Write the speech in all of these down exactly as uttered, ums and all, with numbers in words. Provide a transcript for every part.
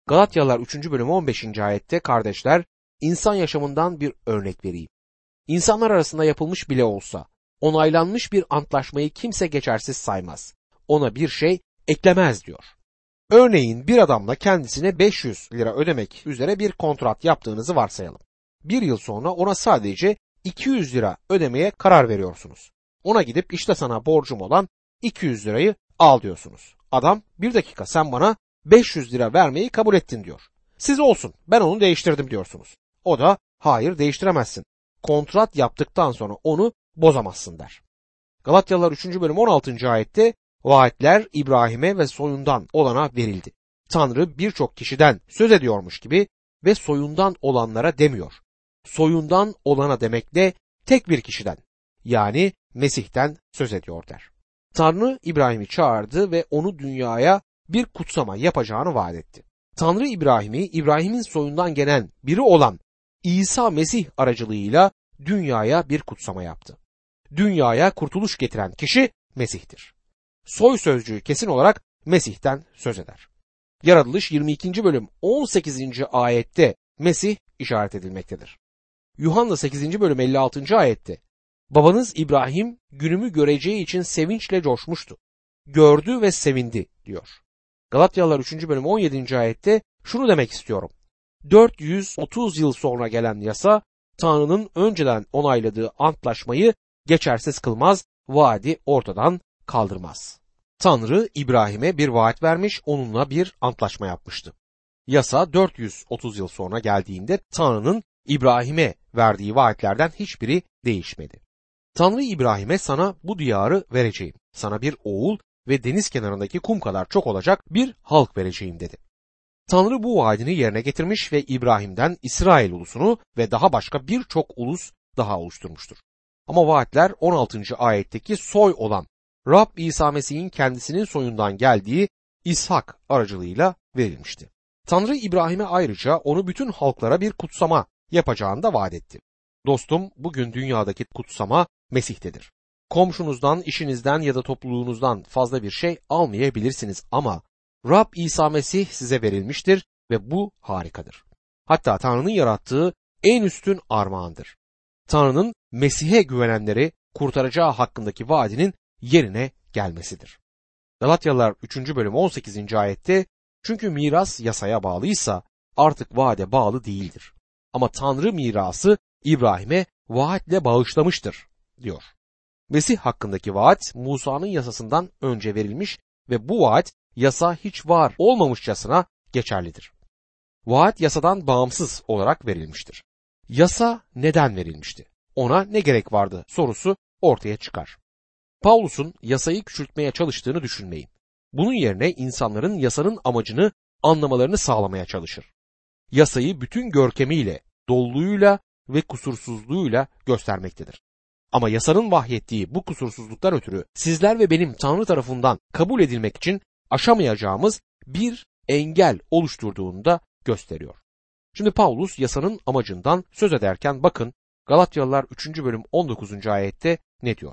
Galatyalılar üçüncü bölüm on beşinci ayette kardeşler, insan yaşamından bir örnek vereyim. İnsanlar arasında yapılmış bile olsa, onaylanmış bir antlaşmayı kimse geçersiz saymaz. Ona bir şey eklemez diyor. Örneğin bir adamla kendisine beş yüz lira ödemek üzere bir kontrat yaptığınızı varsayalım. Bir yıl sonra ona sadece iki yüz lira ödemeye karar veriyorsunuz. Ona gidip işte sana borcum olan iki yüz lirayı al diyorsunuz. Adam bir dakika sen bana beş yüz lira vermeyi kabul ettin diyor. Siz olsun ben onu değiştirdim diyorsunuz. O da hayır değiştiremezsin. Kontrat yaptıktan sonra onu bozamazsın der. Galatyalılar üçüncü bölüm on altıncı ayette vaatler İbrahim'e ve soyundan olana verildi. Tanrı birçok kişiden söz ediyormuş gibi ve soyundan olanlara demiyor. Soyundan olana demekle tek bir kişiden yani Mesih'ten söz ediyor der. Tanrı İbrahim'i çağırdı ve onu dünyaya bir kutsama yapacağını vaat etti. Tanrı İbrahim'i İbrahim'in soyundan gelen biri olan İsa Mesih aracılığıyla dünyaya bir kutsama yaptı. Dünyaya kurtuluş getiren kişi Mesih'tir. Soy sözcüğü kesin olarak Mesih'ten söz eder. Yaratılış yirmi ikinci bölüm on sekizinci ayette Mesih işaret edilmektedir. Yuhanna sekizinci bölüm elli altıncı ayette babanız İbrahim günümü göreceği için sevinçle coşmuştu. Gördü ve sevindi diyor. Galatyalılar üçüncü bölüm on yedinci ayette şunu demek istiyorum. dört yüz otuz yıl sonra gelen yasa Tanrı'nın önceden onayladığı antlaşmayı geçersiz kılmaz, vaadi ortadan kaldırmaz. Tanrı İbrahim'e bir vaat vermiş, onunla bir antlaşma yapmıştı. Yasa dört yüz otuz yıl sonra geldiğinde Tanrı'nın İbrahim'e verdiği vaatlerden hiçbiri değişmedi. Tanrı İbrahim'e sana bu diyarı vereceğim, sana bir oğul ve deniz kenarındaki kum kadar çok olacak bir halk vereceğim dedi. Tanrı bu vaadini yerine getirmiş ve İbrahim'den İsrail ulusunu ve daha başka birçok ulus daha oluşturmuştur. Ama vaatler on altıncı ayetteki soy olan Rab İsa Mesih'in kendisinin soyundan geldiği İshak aracılığıyla verilmişti. Tanrı İbrahim'e ayrıca onu bütün halklara bir kutsama yapacağını da vaat etti. Dostum, bugün dünyadaki kutsama Mesih'tedir. Komşunuzdan, işinizden ya da topluluğunuzdan fazla bir şey almayabilirsiniz ama Rab İsa Mesih size verilmiştir ve bu harikadır. Hatta Tanrı'nın yarattığı en üstün armağandır. Tanrı'nın Mesih'e güvenenleri kurtaracağı hakkındaki vaadinin yerine gelmesidir. Galatyalılar üçüncü bölüm on sekizinci ayette çünkü miras yasaya bağlıysa artık vaade bağlı değildir. Ama Tanrı mirası İbrahim'e vaatle bağışlamıştır diyor. Mesih hakkındaki vaat Musa'nın yasasından önce verilmiş ve bu vaat yasa hiç var olmamışçasına geçerlidir. Vaat yasadan bağımsız olarak verilmiştir. Yasa neden verilmişti? Ona ne gerek vardı sorusu ortaya çıkar. Pavlus'un yasayı küçültmeye çalıştığını düşünmeyin. Bunun yerine insanların yasanın amacını anlamalarını sağlamaya çalışır. Yasayı bütün görkemiyle, doluluğuyla ve kusursuzluğuyla göstermektedir. Ama yasanın vahyettiği bu kusursuzluktan ötürü sizler ve benim Tanrı tarafından kabul edilmek için aşamayacağımız bir engel oluşturduğunu da gösteriyor. Şimdi Pavlus yasanın amacından söz ederken bakın Galatyalılar üçüncü bölüm on dokuzuncu ayette ne diyor?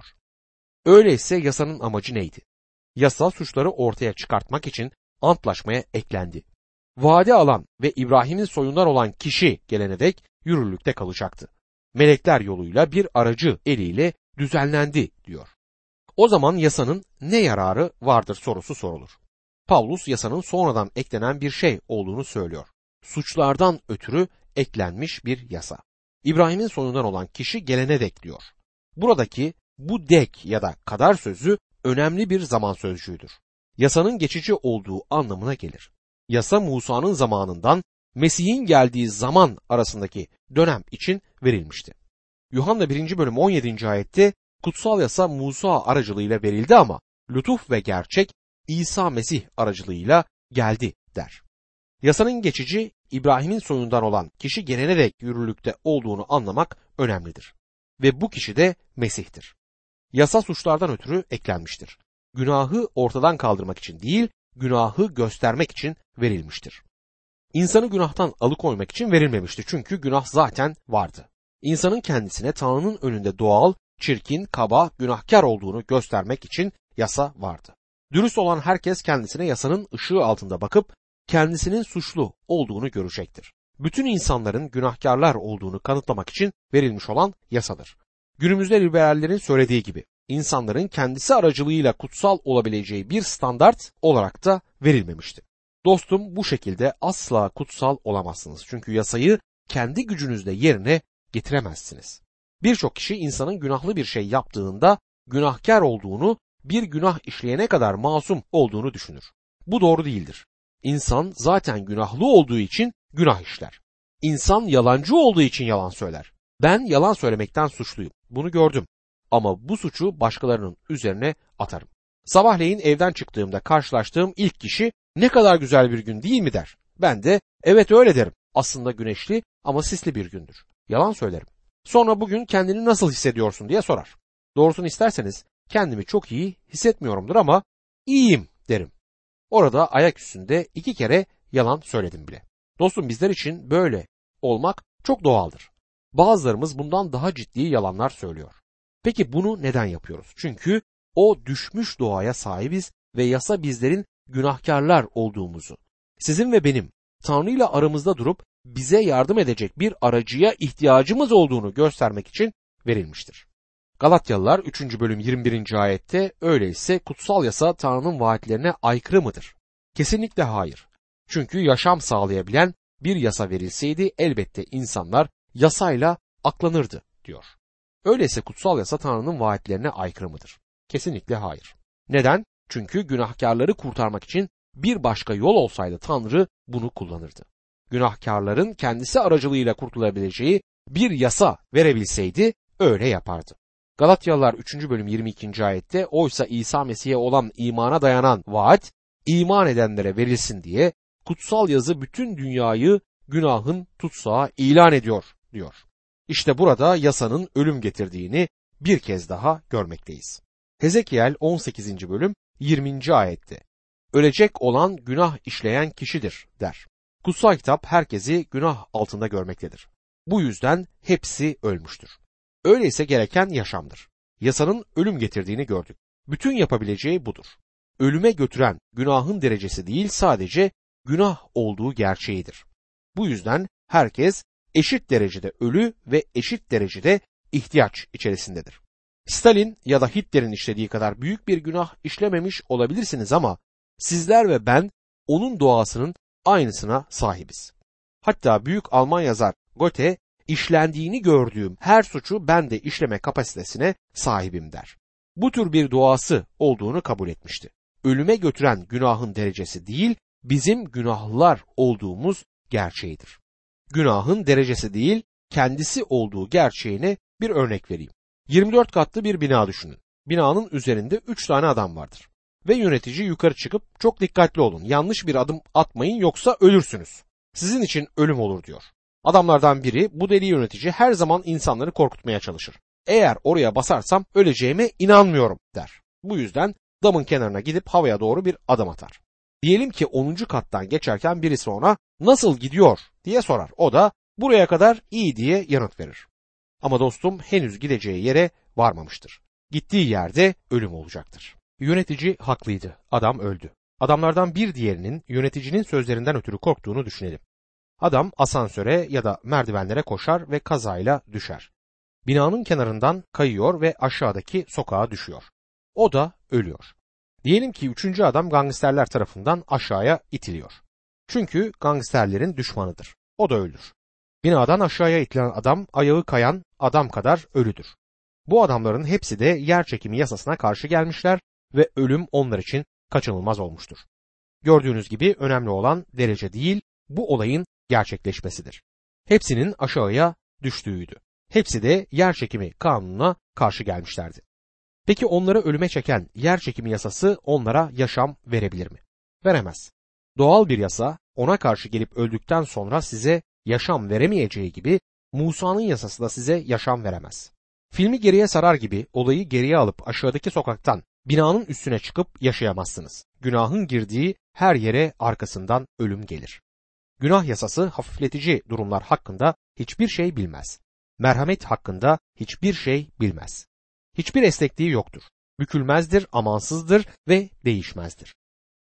Öyleyse yasanın amacı neydi? Yasa suçları ortaya çıkartmak için antlaşmaya eklendi. Vaade alan ve İbrahim'in soyundan olan kişi gelene dek yürürlükte kalacaktı. Melekler yoluyla bir aracı eliyle düzenlendi diyor. O zaman yasanın ne yararı vardır sorusu sorulur. Pavlus yasanın sonradan eklenen bir şey olduğunu söylüyor. Suçlardan ötürü eklenmiş bir yasa. İbrahim'in soyundan olan kişi gelene dek diyor. Buradaki bu dek ya da kadar sözü önemli bir zaman sözcüğüdür. Yasanın geçici olduğu anlamına gelir. Yasa Musa'nın zamanından Mesih'in geldiği zaman arasındaki dönem için verilmişti. Yuhanna birinci bölüm on yedinci ayette kutsal yasa Musa aracılığıyla verildi ama lütuf ve gerçek İsa Mesih aracılığıyla geldi der. Yasanın geçici İbrahim'in soyundan olan kişi gelene dek yürürlükte olduğunu anlamak önemlidir. Ve bu kişi de Mesih'tir. Yasa suçlardan ötürü eklenmiştir. Günahı ortadan kaldırmak için değil, günahı göstermek için verilmiştir. İnsanı günahtan alıkoymak için verilmemişti çünkü günah zaten vardı. İnsanın kendisine Tanrı'nın önünde doğal, çirkin, kaba, günahkar olduğunu göstermek için yasa vardı. Dürüst olan herkes kendisine yasanın ışığı altında bakıp kendisinin suçlu olduğunu görecektir. Bütün insanların günahkarlar olduğunu kanıtlamak için verilmiş olan yasadır. Günümüzde liberallerin söylediği gibi insanların kendisi aracılığıyla kutsal olabileceği bir standart olarak da verilmemişti. Dostum, bu şekilde asla kutsal olamazsınız. Çünkü yasayı kendi gücünüzle yerine getiremezsiniz. Birçok kişi insanın günahlı bir şey yaptığında günahkar olduğunu, bir günah işleyene kadar masum olduğunu düşünür. Bu doğru değildir. İnsan zaten günahlı olduğu için günah işler. İnsan yalancı olduğu için yalan söyler. Ben yalan söylemekten suçluyum. Bunu gördüm. Ama bu suçu başkalarının üzerine atarım. Sabahleyin evden çıktığımda karşılaştığım ilk kişi ne kadar güzel bir gün değil mi der. Ben de evet öyle derim. Aslında güneşli ama sisli bir gündür. Yalan söylerim. Sonra bugün kendini nasıl hissediyorsun diye sorar. Doğrusunu isterseniz kendimi çok iyi hissetmiyorumdur ama iyiyim derim. Orada ayak üstünde iki kere yalan söyledim bile. Dostum, bizler için böyle olmak çok doğaldır. Bazılarımız bundan daha ciddi yalanlar söylüyor. Peki bunu neden yapıyoruz? Çünkü o düşmüş doğaya sahibiz ve yasa bizlerin günahkarlar olduğumuzu, sizin ve benim Tanrı ile aramızda durup bize yardım edecek bir aracıya ihtiyacımız olduğunu göstermek için verilmiştir. Galatyalılar üçüncü bölüm yirmi birinci ayette öyleyse kutsal yasa Tanrı'nın vaatlerine aykırı mıdır? Kesinlikle hayır. Çünkü yaşam sağlayabilen bir yasa verilseydi elbette insanlar yasayla aklanırdı diyor. Öyleyse kutsal yasa Tanrı'nın vaatlerine aykırı mıdır? Kesinlikle hayır. Neden? Çünkü günahkarları kurtarmak için bir başka yol olsaydı Tanrı bunu kullanırdı. Günahkarların kendisi aracılığıyla kurtulabileceği bir yasa verebilseydi öyle yapardı. Galatyalılar üçüncü bölüm yirmi ikinci ayette oysa İsa Mesih'e olan imana dayanan vaat iman edenlere verilsin diye kutsal yazı bütün dünyayı günahın tutsağı ilan ediyor diyor. İşte burada yasanın ölüm getirdiğini bir kez daha görmekteyiz. Hezekiel on sekizinci bölüm yirminci ayette ölecek olan günah işleyen kişidir der. Kutsal kitap herkesi günah altında görmektedir. Bu yüzden hepsi ölmüştür. Öyleyse gereken yaşamdır. Yasanın ölüm getirdiğini gördük. Bütün yapabileceği budur. Ölüme götüren günahın derecesi değil, sadece günah olduğu gerçeğidir. Bu yüzden herkes eşit derecede ölü ve eşit derecede ihtiyaç içerisindedir. Stalin ya da Hitler'in işlediği kadar büyük bir günah işlememiş olabilirsiniz ama sizler ve ben onun doğasının aynısına sahibiz. Hatta büyük Alman yazar Goethe, işlendiğini gördüğüm her suçu ben de işleme kapasitesine sahibim der. Bu tür bir doğası olduğunu kabul etmişti. Ölüme götüren günahın derecesi değil, bizim günahlılar olduğumuz gerçeğidir. Günahın derecesi değil, kendisi olduğu gerçeğine bir örnek vereyim. yirmi dört katlı bir bina düşünün. Binanın üzerinde üç tane adam vardır. Ve yönetici yukarı çıkıp çok dikkatli olun, yanlış bir adım atmayın yoksa ölürsünüz. Sizin için ölüm olur diyor. Adamlardan biri, bu deli yönetici her zaman insanları korkutmaya çalışır. Eğer oraya basarsam öleceğime inanmıyorum der. Bu yüzden damın kenarına gidip havaya doğru bir adım atar. Diyelim ki onuncu kattan geçerken birisi ona nasıl gidiyor diye sorar. O da buraya kadar iyi diye yanıt verir. Ama dostum, henüz gideceği yere varmamıştır. Gittiği yerde ölüm olacaktır. Yönetici haklıydı. Adam öldü. Adamlardan bir diğerinin yöneticinin sözlerinden ötürü korktuğunu düşünelim. Adam asansöre ya da merdivenlere koşar ve kazayla düşer. Binanın kenarından kayıyor ve aşağıdaki sokağa düşüyor. O da ölüyor. Diyelim ki üçüncü adam gangsterler tarafından aşağıya itiliyor. Çünkü gangsterlerin düşmanıdır. O da ölür. Binadan aşağıya itilen adam ayağı kayan adam kadar ölüdür. Bu adamların hepsi de yer çekimi yasasına karşı gelmişler ve ölüm onlar için kaçınılmaz olmuştur. Gördüğünüz gibi önemli olan derece değil, bu olayın gerçekleşmesidir. Hepsinin aşağıya düştüğüydü. Hepsi de yer çekimi kanununa karşı gelmişlerdi. Peki onları ölüme çeken yer çekimi yasası onlara yaşam verebilir mi? Veremez. Doğal bir yasa ona karşı gelip öldükten sonra size yaşam veremeyeceği gibi Musa'nın yasası da size yaşam veremez. Filmi geriye sarar gibi olayı geriye alıp aşağıdaki sokaktan binanın üstüne çıkıp yaşayamazsınız. Günahın girdiği her yere arkasından ölüm gelir. Günah yasası hafifletici durumlar hakkında hiçbir şey bilmez. Merhamet hakkında hiçbir şey bilmez. Hiçbir esnekliği yoktur. Bükülmezdir, amansızdır ve değişmezdir.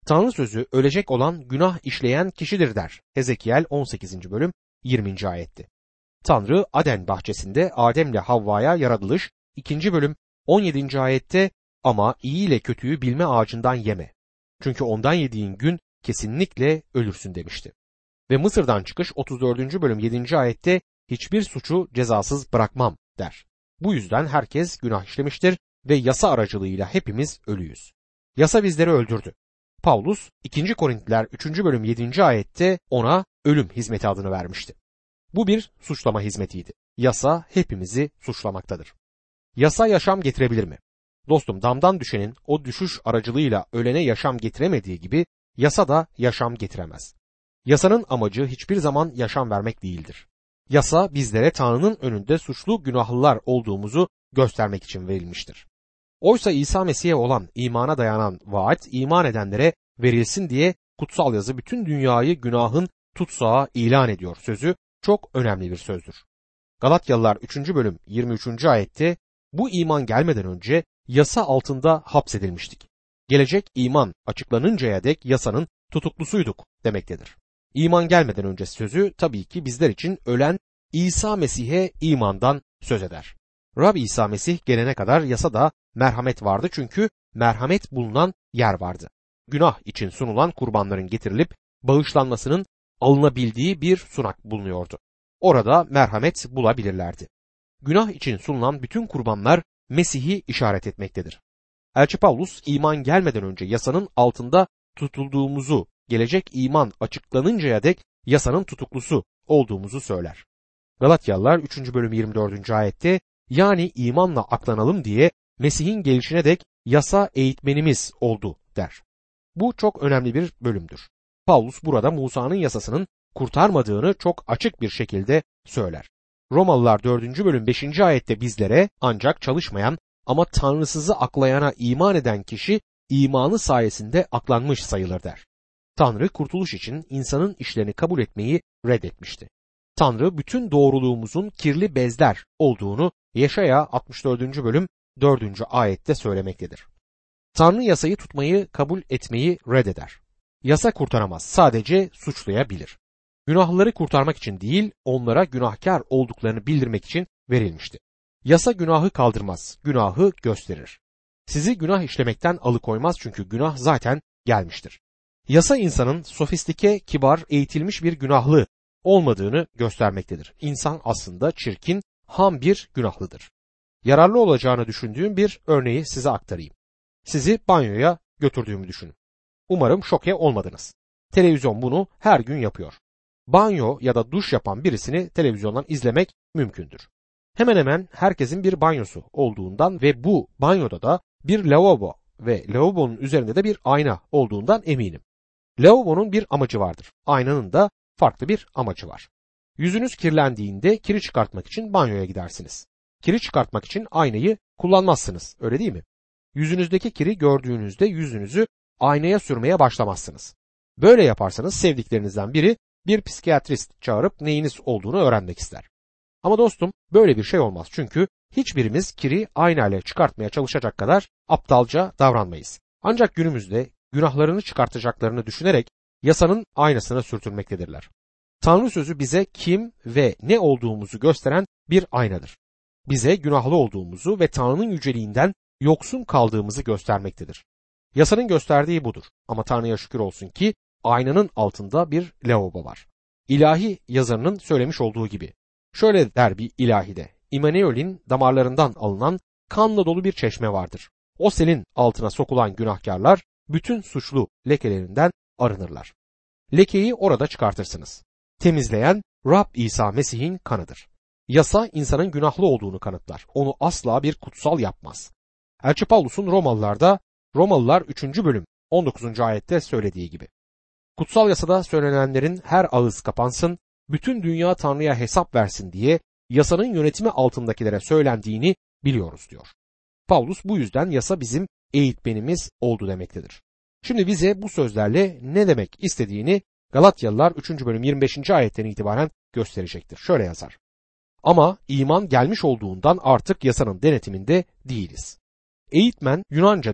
Tanrı sözü ölecek olan günah işleyen kişidir der. Hezekiel on sekizinci bölüm yirminci ayetti. Tanrı Aden bahçesinde Adem'le Havva'ya yaratılış ikinci bölüm on yedinci ayette ama iyi ile kötüyü bilme ağacından yeme. Çünkü ondan yediğin gün kesinlikle ölürsün demişti. Ve Mısır'dan çıkış otuz dördüncü bölüm yedinci ayette hiçbir suçu cezasız bırakmam der. Bu yüzden herkes günah işlemiştir ve yasa aracılığıyla hepimiz ölüyüz. Yasa bizleri öldürdü. Pavlus ikinci Korintiler üçüncü bölüm yedinci ayette ona ölüm hizmeti adını vermişti. Bu bir suçlama hizmetiydi. Yasa hepimizi suçlamaktadır. Yasa yaşam getirebilir mi? Dostum, damdan düşenin o düşüş aracılığıyla ölene yaşam getiremediği gibi yasa da yaşam getiremez. Yasanın amacı hiçbir zaman yaşam vermek değildir. Yasa bizlere Tanrı'nın önünde suçlu günahlılar olduğumuzu göstermek için verilmiştir. Oysa İsa Mesih'e olan imana dayanan vaat iman edenlere verilsin diye kutsal yazı bütün dünyayı günahın tutsağı ilan ediyor sözü çok önemli bir sözdür. Galatyalılar üçüncü bölüm yirmi üçüncü ayette bu iman gelmeden önce yasa altında hapsedilmiştik. Gelecek iman açıklanıncaya dek yasanın tutuklusuyduk demektedir. İman gelmeden önce sözü tabii ki bizler için ölen İsa Mesih'e imandan söz eder. Rab İsa Mesih gelene kadar yasada merhamet vardı çünkü merhamet bulunan yer vardı. Günah için sunulan kurbanların getirilip bağışlanmasının alınabildiği bir sunak bulunuyordu. Orada merhamet bulabilirlerdi. Günah için sunulan bütün kurbanlar Mesih'i işaret etmektedir. Elçi Pavlus iman gelmeden önce yasanın altında tutulduğumuzu, gelecek iman açıklanıncaya dek yasanın tutuklusu olduğumuzu söyler. Galatyalılar üçüncü bölüm yirmi dördüncü ayette yani imanla aklanalım diye Mesih'in gelişine dek yasa eğitmenimiz oldu der. Bu çok önemli bir bölümdür. Pavlus burada Musa'nın yasasının kurtarmadığını çok açık bir şekilde söyler. Romalılar dördüncü bölüm beşinci ayette bizlere ancak çalışmayan ama Tanrısızı aklayana iman eden kişi imanı sayesinde aklanmış sayılır der. Tanrı kurtuluş için insanın işlerini kabul etmeyi reddetmişti. Tanrı bütün doğruluğumuzun kirli bezler olduğunu Yeşaya altmış dördüncü bölüm dördüncü ayette söylemektedir. Tanrı yasayı tutmayı kabul etmeyi reddeder. Yasa kurtaramaz, sadece suçlayabilir. Günahlıları kurtarmak için değil, onlara günahkar olduklarını bildirmek için verilmişti. Yasa günahı kaldırmaz, günahı gösterir. Sizi günah işlemekten alıkoymaz çünkü günah zaten gelmiştir. Yasa insanın sofistike, kibar, eğitilmiş bir günahlı olmadığını göstermektedir. İnsan aslında çirkin, ham bir günahlıdır. Yararlı olacağını düşündüğüm bir örneği size aktarayım. Sizi banyoya götürdüğümü düşünün. Umarım şoke olmadınız. Televizyon bunu her gün yapıyor. Banyo ya da duş yapan birisini televizyondan izlemek mümkündür. Hemen hemen herkesin bir banyosu olduğundan ve bu banyoda da bir lavabo ve lavabonun üzerinde de bir ayna olduğundan eminim. Lavabonun bir amacı vardır. Aynanın da farklı bir amacı var. Yüzünüz kirlendiğinde kiri çıkartmak için banyoya gidersiniz. Kiri çıkartmak için aynayı kullanmazsınız, öyle değil mi? Yüzünüzdeki kiri gördüğünüzde yüzünüzü aynaya sürmeye başlamazsınız. Böyle yaparsanız sevdiklerinizden biri bir psikiyatrist çağırıp neyiniz olduğunu öğrenmek ister. Ama dostum böyle bir şey olmaz çünkü hiçbirimiz kiri aynayla çıkartmaya çalışacak kadar aptalca davranmayız. Ancak günümüzde günahlarını çıkartacaklarını düşünerek yasanın aynasına sürtünmektedirler. Tanrı sözü bize kim ve ne olduğumuzu gösteren bir aynadır. Bize günahlı olduğumuzu ve Tanrı'nın yüceliğinden yoksun kaldığımızı göstermektedir. Yasanın gösterdiği budur ama Tanrı'ya şükür olsun ki aynanın altında bir lavabo var. İlahi yazarının söylemiş olduğu gibi. Şöyle der bir ilahide, İmanuel'in damarlarından alınan kanla dolu bir çeşme vardır. O selin altına sokulan günahkarlar bütün suçlu lekelerinden arınırlar. Lekeyi orada çıkartırsınız. Temizleyen Rab İsa Mesih'in kanıdır. Yasa insanın günahlı olduğunu kanıtlar. Onu asla bir kutsal yapmaz. Elçi Pavlus'un Romalılar'da Romalılar üçüncü bölüm on dokuzuncu ayette söylediği gibi. Kutsal yasada söylenenlerin her ağız kapansın, bütün dünya Tanrı'ya hesap versin diye yasanın yönetimi altındakilere söylendiğini biliyoruz diyor. Pavlus bu yüzden yasa bizim eğitmenimiz oldu demektedir. Şimdi bize bu sözlerle ne demek istediğini Galatyalılar üçüncü bölüm yirmi beşinci ayetten itibaren gösterecektir. Şöyle yazar. Ama iman gelmiş olduğundan artık yasanın denetiminde değiliz. Eğitmen Yunanca'da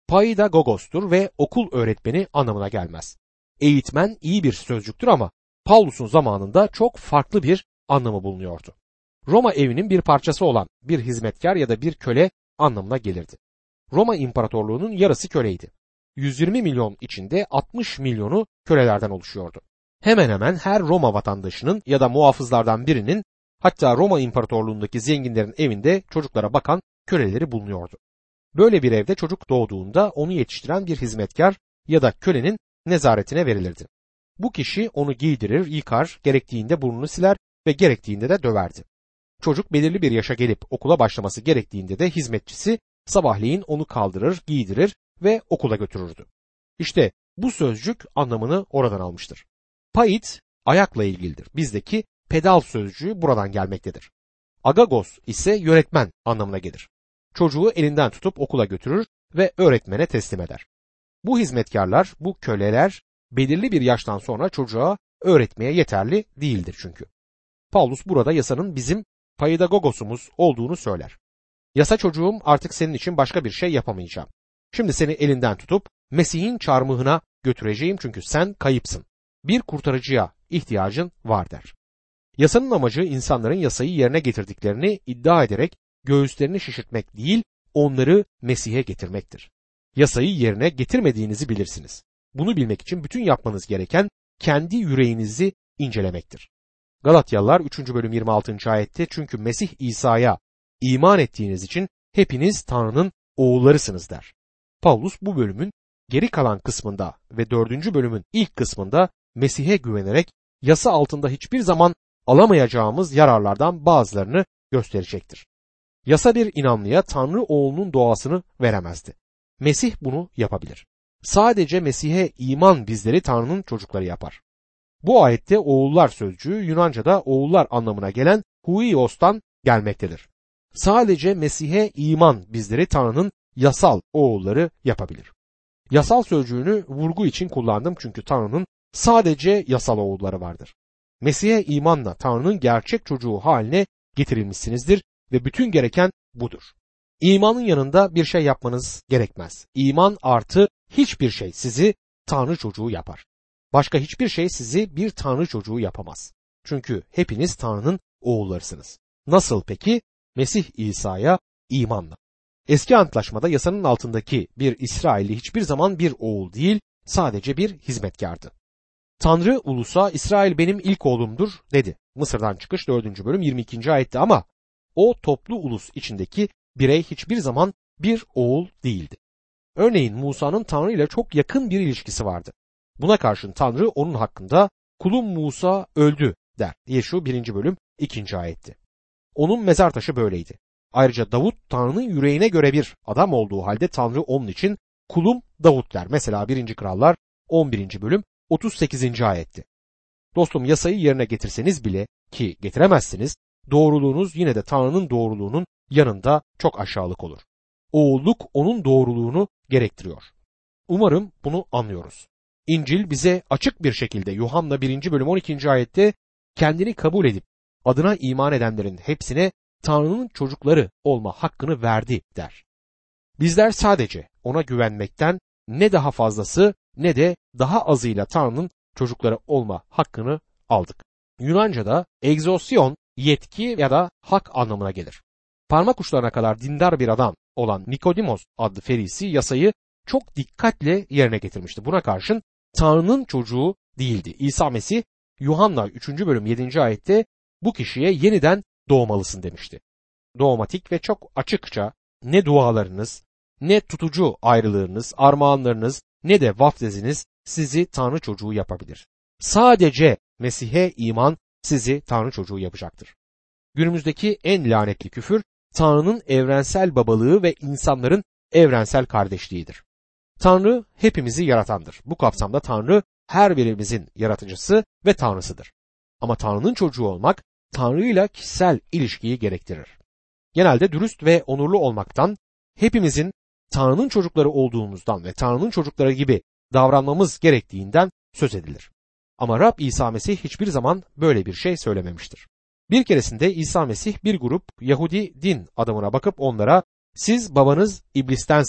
paidagogostur ve okul öğretmeni anlamına gelmez. Eğitmen iyi bir sözcüktür ama Pavlus'un zamanında çok farklı bir anlamı bulunuyordu. Roma evinin bir parçası olan bir hizmetkar ya da bir köle anlamına gelirdi. Roma İmparatorluğu'nun yarısı köleydi. yüz yirmi milyon içinde altmış milyonu kölelerden oluşuyordu. Hemen hemen her Roma vatandaşının ya da muhafızlardan birinin, hatta Roma İmparatorluğu'ndaki zenginlerin evinde çocuklara bakan köleleri bulunuyordu. Böyle bir evde çocuk doğduğunda onu yetiştiren bir hizmetkar ya da kölenin nezaretine verilirdi. Bu kişi onu giydirir, yıkar, gerektiğinde burnunu siler ve gerektiğinde de döverdi. Çocuk belirli bir yaşa gelip okula başlaması gerektiğinde de hizmetçisi sabahleyin onu kaldırır, giydirir ve okula götürürdü. İşte bu sözcük anlamını oradan almıştır. Pait ayakla ilgilidir. Bizdeki pedal sözcüğü buradan gelmektedir. Agagos ise yönetmen anlamına gelir. Çocuğu elinden tutup okula götürür ve öğretmene teslim eder. Bu hizmetkarlar, bu köleler belirli bir yaştan sonra çocuğa öğretmeye yeterli değildir çünkü. Paulus burada yasanın bizim paidagogosumuz olduğunu söyler. Yasa çocuğum, artık senin için başka bir şey yapamayacağım. Şimdi seni elinden tutup Mesih'in çarmıhına götüreceğim çünkü sen kayıpsın. Bir kurtarıcıya ihtiyacın var der. Yasanın amacı insanların yasayı yerine getirdiklerini iddia ederek göğüslerini şişirtmek değil, onları Mesih'e getirmektir. Yasayı yerine getirmediğinizi bilirsiniz. Bunu bilmek için bütün yapmanız gereken kendi yüreğinizi incelemektir. Galatyalılar üçüncü bölüm yirmi altıncı ayette çünkü Mesih İsa'ya iman ettiğiniz için hepiniz Tanrı'nın oğullarısınız der. Paulus bu bölümün geri kalan kısmında ve dördüncü bölümün ilk kısmında Mesih'e güvenerek yasa altında hiçbir zaman alamayacağımız yararlardan bazılarını gösterecektir. Yasa bir inanlıya Tanrı oğlunun doğasını veremezdi. Mesih bunu yapabilir. Sadece Mesih'e iman bizleri Tanrı'nın çocukları yapar. Bu ayette oğullar sözcüğü Yunanca'da oğullar anlamına gelen huios'tan gelmektedir. Sadece Mesih'e iman bizleri Tanrı'nın yasal oğulları yapabilir. Yasal sözcüğünü vurgu için kullandım çünkü Tanrı'nın sadece yasal oğulları vardır. Mesih'e imanla Tanrı'nın gerçek çocuğu haline getirilmişsinizdir ve bütün gereken budur. İmanın yanında bir şey yapmanız gerekmez. İman artı hiçbir şey sizi Tanrı çocuğu yapar. Başka hiçbir şey sizi bir Tanrı çocuğu yapamaz. Çünkü hepiniz Tanrı'nın oğullarısınız. Nasıl peki? Mesih İsa'ya imanla. Eski antlaşmada yasanın altındaki bir İsrailli hiçbir zaman bir oğul değil, sadece bir hizmetkardı. Tanrı ulusa İsrail benim ilk oğlumdur dedi. Mısır'dan çıkış dördüncü bölüm yirmi ikinci ayette ama o toplu ulus içindeki birey hiçbir zaman bir oğul değildi. Örneğin Musa'nın Tanrı ile çok yakın bir ilişkisi vardı. Buna karşın Tanrı onun hakkında kulum Musa öldü der. Yeşu birinci bölüm ikinci ayetti. Onun mezar taşı böyleydi. Ayrıca Davut Tanrı'nın yüreğine göre bir adam olduğu halde Tanrı onun için kulum Davut der. Mesela birinci Krallar on birinci bölüm otuz sekizinci ayetti. Dostum, yasayı yerine getirseniz bile ki getiremezsiniz, doğruluğunuz yine de Tanrı'nın doğruluğunun yanında çok aşağılık olur. Oğulluk onun doğruluğunu gerektiriyor. Umarım bunu anlıyoruz. İncil bize açık bir şekilde Yuhanna birinci bölüm on ikinci ayette kendini kabul edip adına iman edenlerin hepsine Tanrı'nın çocukları olma hakkını verdi der. Bizler sadece ona güvenmekten ne daha fazlası ne de daha azıyla Tanrı'nın çocukları olma hakkını aldık. Yunanca'da egzosyon yetki ya da hak anlamına gelir. Parmak uçlarına kadar dindar bir adam olan Nikodimos adlı ferisi yasayı çok dikkatle yerine getirmişti. Buna karşın Tanrı'nın çocuğu değildi. İsa Mesih Yuhanna üçüncü bölüm yedinci ayette bu kişiye yeniden doğmalısın demişti. Dogmatik ve çok açıkça ne dualarınız, ne tutucu ayrılığınız, armağanlarınız ne de vafteziniz sizi Tanrı çocuğu yapabilir. Sadece Mesih'e iman sizi Tanrı çocuğu yapacaktır. Günümüzdeki en lanetli küfür Tanrı'nın evrensel babalığı ve insanların evrensel kardeşliğidir. Tanrı hepimizi yaratandır. Bu kapsamda Tanrı her birimizin yaratıcısı ve Tanrısıdır. Ama Tanrı'nın çocuğu olmak Tanrı ile kişisel ilişkiyi gerektirir. Genelde dürüst ve onurlu olmaktan, hepimizin Tanrı'nın çocukları olduğumuzdan ve Tanrı'nın çocukları gibi davranmamız gerektiğinden söz edilir. Ama Rab İsa Mesih hiçbir zaman böyle bir şey söylememiştir. Bir keresinde İsa Mesih bir grup Yahudi din adamına bakıp onlara siz babanız iblistensiniz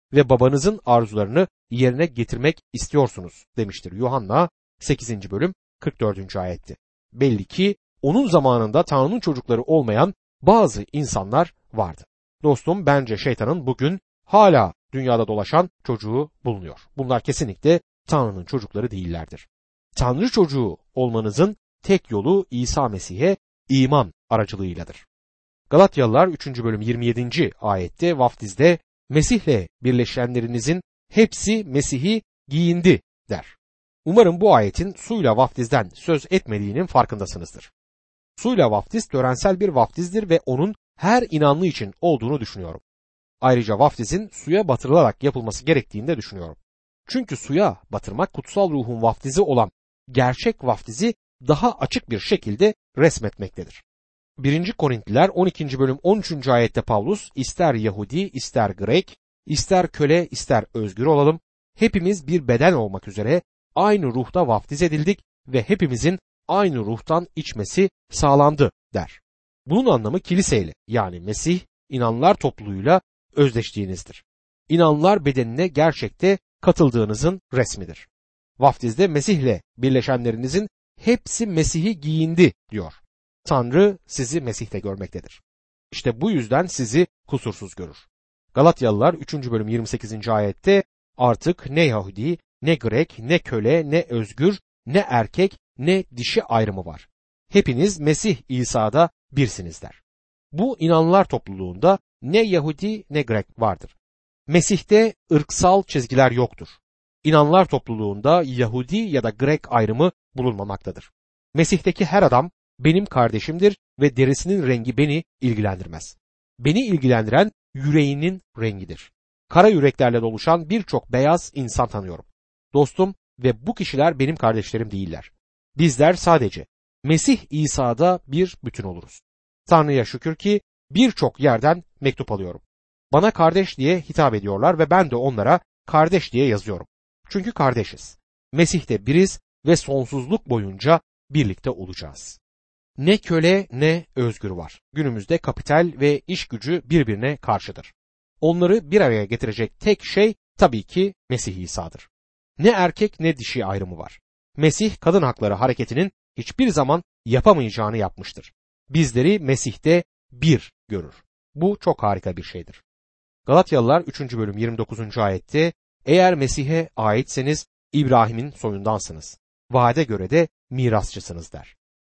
ve babanızın arzularını yerine getirmek istiyorsunuz demiştir. Yuhanna sekizinci bölüm kırk dördüncü ayetti. Belli ki onun zamanında Tanrı'nın çocukları olmayan bazı insanlar vardı. Dostum, bence şeytanın bugün hala dünyada dolaşan çocuğu bulunuyor. Bunlar kesinlikle Tanrı'nın çocukları değillerdir. Tanrı çocuğu olmanızın tek yolu İsa Mesih'e iman aracılığıyladır. Galatyalılar üçüncü bölüm yirmi yedinci ayette vaftizde Mesih'le birleşenlerinizin hepsi Mesih'i giyindi der. Umarım bu ayetin suyla vaftizden söz etmediğinin farkındasınızdır. Suyla vaftiz törensel bir vaftizdir ve onun her inanlı için olduğunu düşünüyorum. Ayrıca vaftizin suya batırılarak yapılması gerektiğini de düşünüyorum. Çünkü suya batırmak kutsal ruhun vaftizi olan gerçek vaftizi daha açık bir şekilde resmetmektedir. birinci Korintliler on ikinci bölüm on üçüncü ayette Pavlus, ister Yahudi, ister Grek, ister köle, ister özgür olalım, hepimiz bir beden olmak üzere aynı ruhta vaftiz edildik ve hepimizin aynı ruhtan içmesi sağlandı der. Bunun anlamı kiliseyle, yani Mesih inanlar topluluğuyla özdeştiğinizdir. İnanlar bedenine gerçekte katıldığınızın resmidir. Vaftizde Mesih'le birleşenlerinizin hepsi Mesih'i giyindi diyor. Tanrı sizi Mesih'te görmektedir. İşte bu yüzden sizi kusursuz görür. Galatyalılar üçüncü bölüm yirmi sekizinci ayette artık ne Yahudi, ne Grek, ne köle, ne özgür, ne erkek, ne dişi ayrımı var. Hepiniz Mesih İsa'da birsiniz der. Bu inanlar topluluğunda ne Yahudi ne Grek vardır. Mesih'te ırksal çizgiler yoktur. İnanlar topluluğunda Yahudi ya da Grek ayrımı bulunmamaktadır. Mesih'teki her adam benim kardeşimdir ve derisinin rengi beni ilgilendirmez. Beni ilgilendiren yüreğinin rengidir. Kara yüreklerle doluşan birçok beyaz insan tanıyorum. Dostum, ve bu kişiler benim kardeşlerim değiller. Bizler sadece Mesih İsa'da bir bütün oluruz. Tanrı'ya şükür ki birçok yerden mektup alıyorum. Bana kardeş diye hitap ediyorlar ve ben de onlara kardeş diye yazıyorum. Çünkü kardeşiz. Mesih'te biriz ve sonsuzluk boyunca birlikte olacağız. Ne köle ne özgür var. Günümüzde kapital ve iş gücü birbirine karşıdır. Onları bir araya getirecek tek şey tabii ki Mesih İsa'dır. Ne erkek ne dişi ayrımı var. Mesih kadın hakları hareketinin hiçbir zaman yapamayacağını yapmıştır. Bizleri Mesih'te bir görür. Bu çok harika bir şeydir. Galatyalılar üçüncü bölüm yirmi dokuzuncu ayette eğer Mesih'e aitseniz İbrahim'in soyundansınız. Vaade göre de mirasçısınız der.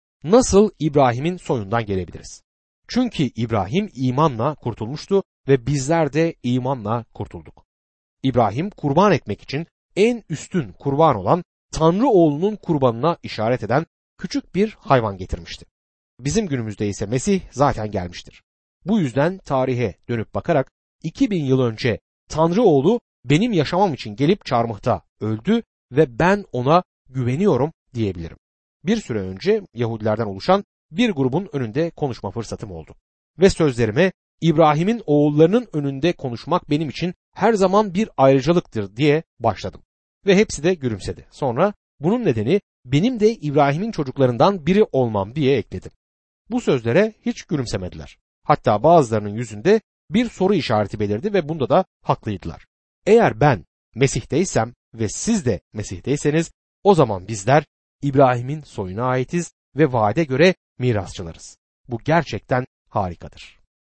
Nasıl İbrahim'in soyundan gelebiliriz? Çünkü İbrahim imanla kurtulmuştu ve bizler de imanla kurtulduk. İbrahim kurban etmek için en üstün kurban olan Tanrı oğlunun kurbanına işaret eden küçük bir hayvan getirmişti. Bizim günümüzde ise Mesih zaten gelmiştir. Bu yüzden tarihe dönüp bakarak iki bin yıl önce Tanrı oğlu benim yaşamam için gelip çarmıhta öldü ve ben ona güveniyorum diyebilirim. Bir süre önce Yahudilerden oluşan bir grubun önünde konuşma fırsatım oldu. Ve sözlerime İbrahim'in oğullarının önünde konuşmak benim için her zaman bir ayrıcalıktır diye başladım. Ve hepsi de gülümsedi. Sonra bunun nedeni benim de İbrahim'in çocuklarından biri olmam diye ekledim. Bu sözlere hiç gülümsemediler. Hatta bazılarının yüzünde bir soru işareti belirdi ve bunda da haklıydılar. Eğer ben Mesih'teysem ve siz de Mesih'teyseniz o zaman bizler İbrahim'in soyuna aitiz ve vaade göre mirasçılarız. Bu gerçekten harikadır.